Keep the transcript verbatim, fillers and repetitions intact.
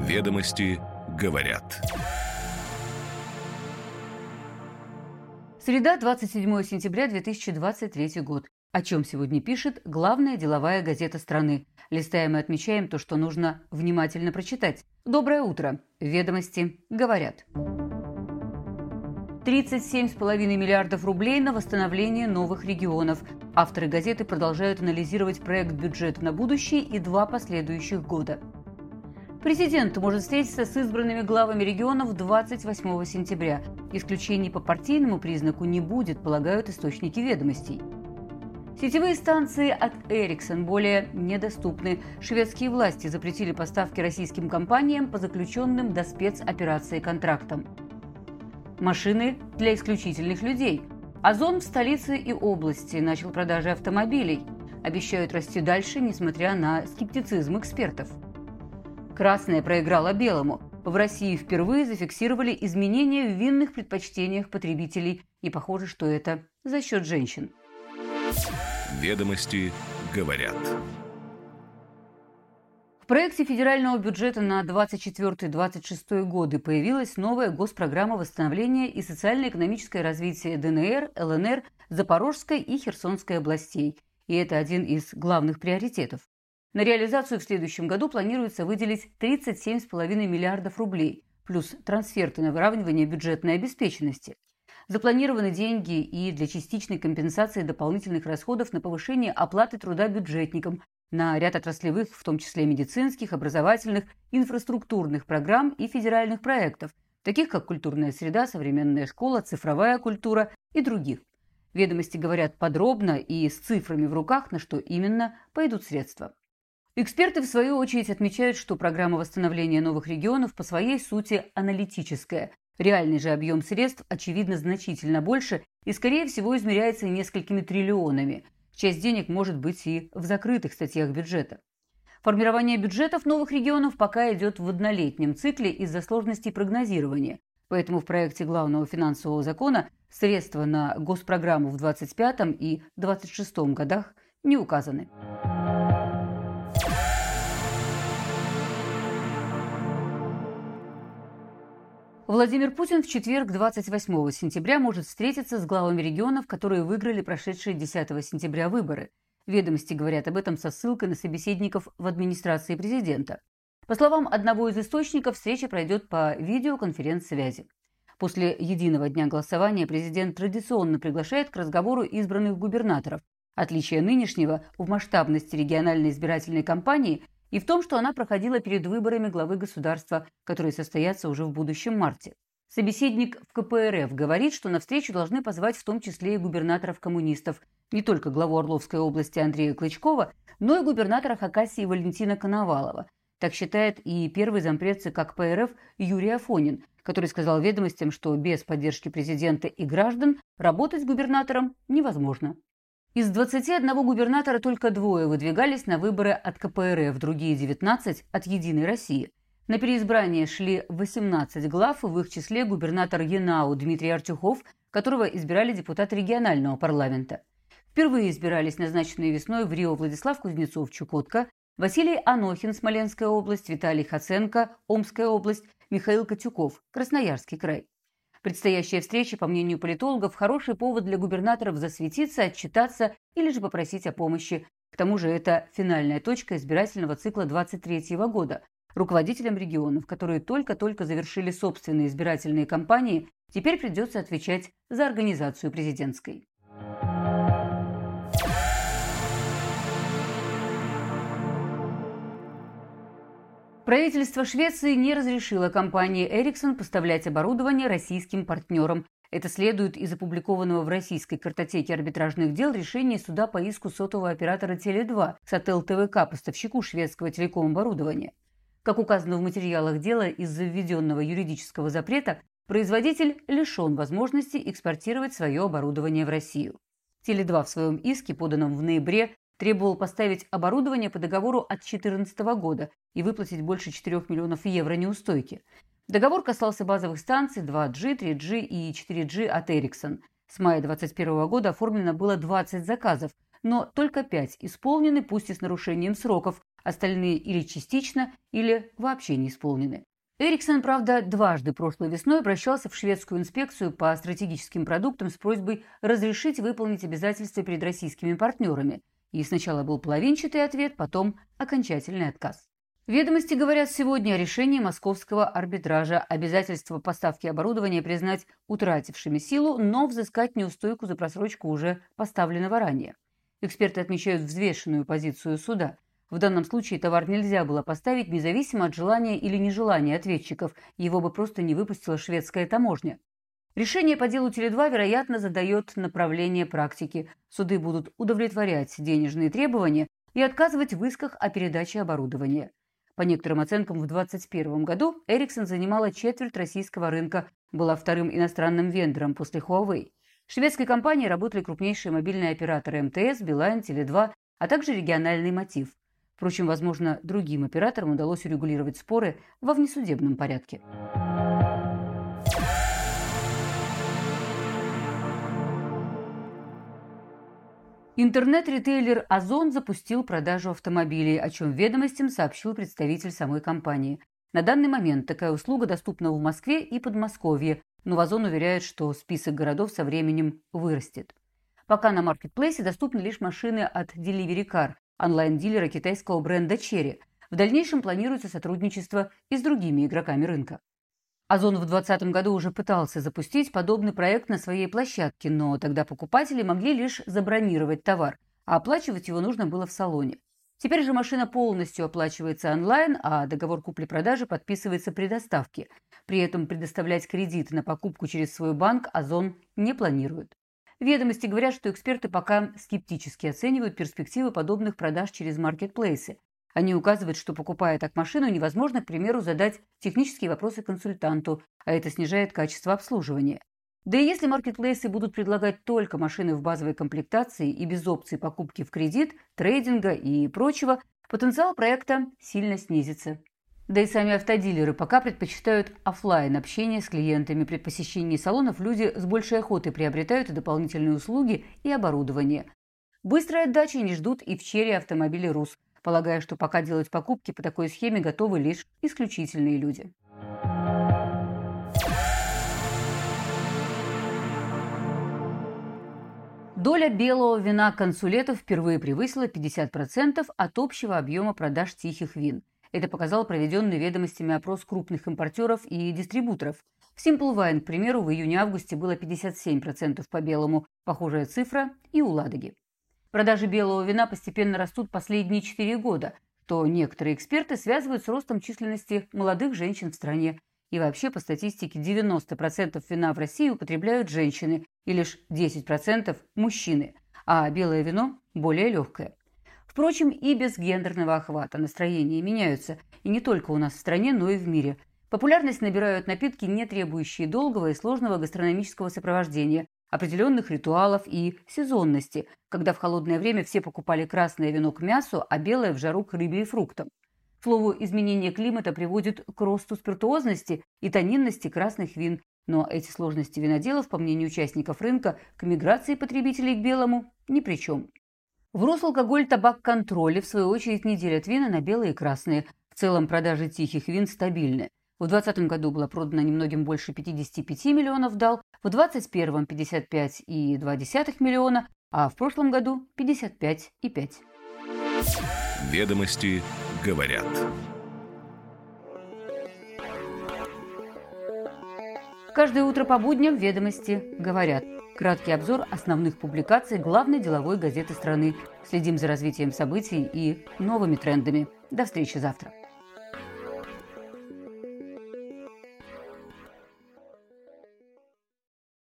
Ведомости говорят. Среда, двадцать седьмое сентября две тысячи двадцать третий год. О чем сегодня пишет главная деловая газета страны. Листаем и отмечаем то, что нужно внимательно прочитать. Доброе утро. Ведомости говорят. тридцать семь с половиной миллиардов рублей на восстановление новых регионов. Авторы газеты продолжают анализировать проект бюджета на будущее и два последующих года. Президент может встретиться с избранными главами регионов двадцать восьмого сентября. Исключений по партийному признаку не будет, полагают источники ведомостей. Сетевые станции от Ericsson более недоступны. Шведские власти запретили поставки российским компаниям по заключенным до спецоперации контрактам. Машины для исключительных людей. Озон в столице и области начал продажи автомобилей. Обещают расти дальше, несмотря на скептицизм экспертов. Красное проиграло белому. В России впервые зафиксировали изменения в винных предпочтениях потребителей. И похоже, что это за счет женщин. Ведомости говорят. В проекте федерального бюджета на двадцать четвёртый — двадцать шестой годы появилась новая госпрограмма восстановления и социально-экономическое развитие ДНР, ЛНР, Запорожской и Херсонской областей. И это один из главных приоритетов. На реализацию в следующем году планируется выделить тридцать семь с половиной миллиардов рублей, плюс трансферты на выравнивание бюджетной обеспеченности. Запланированы деньги и для частичной компенсации дополнительных расходов на повышение оплаты труда бюджетникам, на ряд отраслевых, в том числе медицинских, образовательных, инфраструктурных программ и федеральных проектов, таких как культурная среда, современная школа, цифровая культура и других. Ведомости говорят подробно и с цифрами в руках, на что именно пойдут средства. Эксперты, в свою очередь, отмечают, что программа восстановления новых регионов по своей сути аналитическая. Реальный же объем средств, очевидно, значительно больше и, скорее всего, измеряется несколькими триллионами. Часть денег может быть и в закрытых статьях бюджета. Формирование бюджетов новых регионов пока идет в однолетнем цикле из-за сложностей прогнозирования. Поэтому в проекте главного финансового закона средства на госпрограмму в двадцать пятом и двадцать шестом годах не указаны. Владимир Путин в четверг, двадцать восьмого сентября, может встретиться с главами регионов, которые выиграли прошедшие десятого сентября выборы. Ведомости говорят об этом со ссылкой на собеседников в администрации президента. По словам одного из источников, встреча пройдет по видеоконференц-связи. После единого дня голосования президент традиционно приглашает к разговору избранных губернаторов. Отличие нынешнего в масштабности региональной избирательной кампании и в том, что она проходила перед выборами главы государства, которые состоятся уже в будущем марте. Собеседник в ка пэ эр эф говорит, что на встречу должны позвать в том числе и губернаторов-коммунистов, не только главу Орловской области Андрея Клычкова, но и губернатора Хакасии Валентина Коновалова. Так считает и первый зампред ЦК ка пэ эр эф Юрий Афонин, который сказал ведомостям, что без поддержки президента и граждан работать губернатором невозможно. Из двадцати одного губернатора только двое выдвигались на выборы от ка пэ эр эф, другие девятнадцать – от «Единой России». На переизбрание шли восемнадцать глав, в их числе губернатор Янау Дмитрий Артюхов, которого избирали депутаты регионального парламента. Впервые избирались назначенные весной в Рио Владислав Кузнецов Чукотка, Василий Анохин Смоленская область, Виталий Хаценко Омская область, Михаил Котюков Красноярский край. Предстоящая встреча, по мнению политологов, хороший повод для губернаторов засветиться, отчитаться или же попросить о помощи. К тому же это финальная точка избирательного цикла двадцать третьего года. Руководителям регионов, которые только-только завершили собственные избирательные кампании, теперь придется отвечать за организацию президентской. Правительство Швеции не разрешило компании Ericsson поставлять оборудование российским партнерам. Это следует из опубликованного в российской картотеке арбитражных дел решения суда по иску сотового оператора Теле два Сател тэ вэ ка, поставщику шведского телеком-оборудования. Как указано в материалах дела, из-за введенного юридического запрета производитель лишен возможности экспортировать свое оборудование в Россию. Теле два в своем иске, поданном в ноябре, требовал поставить оборудование по договору от две тысячи четырнадцатого года и выплатить больше четырёх миллионов евро неустойки. Договор касался базовых станций два джи, три джи и четыре джи от Ericsson. С мая две тысячи двадцать первого года оформлено было двадцать заказов, но только пять исполнены, пусть и с нарушением сроков, остальные или частично, или вообще не исполнены. Эриксон, правда, дважды прошлой весной обращался в шведскую инспекцию по стратегическим продуктам с просьбой разрешить выполнить обязательства перед российскими партнерами. И сначала был половинчатый ответ, потом окончательный отказ. Ведомости говорят сегодня о решении московского арбитража. Обязательство поставки оборудования признать утратившими силу, но взыскать неустойку за просрочку уже поставленного ранее. Эксперты отмечают взвешенную позицию суда. В данном случае товар нельзя было поставить независимо от желания или нежелания ответчиков, его бы просто не выпустила шведская таможня. Решение по делу Теле два, вероятно, задает направление практики. Суды будут удовлетворять денежные требования и отказывать в исках о передаче оборудования. По некоторым оценкам, в две тысячи двадцать первом году Ericsson занимала четверть российского рынка, была вторым иностранным вендором после Huawei. В шведской компании работали крупнейшие мобильные операторы эм тэ эс, Билайн, Теле два, а также региональный Мотив. Впрочем, возможно, другим операторам удалось урегулировать споры во внесудебном порядке. Интернет-ритейлер Озон запустил продажу автомобилей, о чем ведомостям сообщил представитель самой компании. На данный момент такая услуга доступна в Москве и Подмосковье, но Озон уверяет, что список городов со временем вырастет. Пока на маркетплейсе доступны лишь машины от Delivery Car, онлайн-дилера китайского бренда Chery. В дальнейшем планируется сотрудничество и с другими игроками рынка. Озон в две тысячи двадцатом году уже пытался запустить подобный проект на своей площадке, но тогда покупатели могли лишь забронировать товар, а оплачивать его нужно было в салоне. Теперь же машина полностью оплачивается онлайн, а договор купли-продажи подписывается при доставке. При этом предоставлять кредит на покупку через свой банк Озон не планирует. Ведомости говорят, что эксперты пока скептически оценивают перспективы подобных продаж через маркетплейсы. Они указывают, что, покупая так машину, невозможно, к примеру, задать технические вопросы консультанту, а это снижает качество обслуживания. Да и если маркетплейсы будут предлагать только машины в базовой комплектации и без опций покупки в кредит, трейдинга и прочего, потенциал проекта сильно снизится. Да и сами автодилеры пока предпочитают офлайн общение с клиентами. При посещении салонов люди с большей охотой приобретают и дополнительные услуги и оборудование. Быстрой отдачи не ждут и в Chery автомобили РУС, полагая, что пока делать покупки по такой схеме готовы лишь исключительные люди. Доля белого вина консулетов впервые превысила пятьдесят процентов от общего объема продаж тихих вин. Это показал проведенный ведомостями опрос крупных импортеров и дистрибуторов. В Simple Wine, к примеру, в июне-августе было пятьдесят семь процентов по белому, похожая цифра и у Ладоги. Продажи белого вина постепенно растут последние четыре года, что некоторые эксперты связывают с ростом численности молодых женщин в стране. И вообще, по статистике, девяносто процентов вина в России употребляют женщины и лишь десять процентов мужчины, а белое вино более легкое. Впрочем, и без гендерного охвата настроения меняются, и не только у нас в стране, но и в мире. Популярность набирают напитки, не требующие долгого и сложного гастрономического сопровождения, определенных ритуалов и сезонности, когда в холодное время все покупали красное вино к мясу, а белое в жару к рыбе и фруктам. К слову, изменение климата приводит к росту спиртуозности и тонинности красных вин, но эти сложности виноделов, по мнению участников рынка, к миграции потребителей к белому ни при чем. В Росалкоголь-Табак-контроле, в свою очередь, не делят вина на белые и красные. В целом продажи тихих вин стабильны. В двадцатом году было продано немногим больше пятидесяти пяти миллионов дал, в двадцать первом – пятьдесят пять и две десятых миллиона, а в прошлом году – пятьдесят пять и пять. Ведомости говорят. Каждое утро по будням «Ведомости говорят». Краткий обзор основных публикаций главной деловой газеты страны. Следим за развитием событий и новыми трендами. До встречи завтра.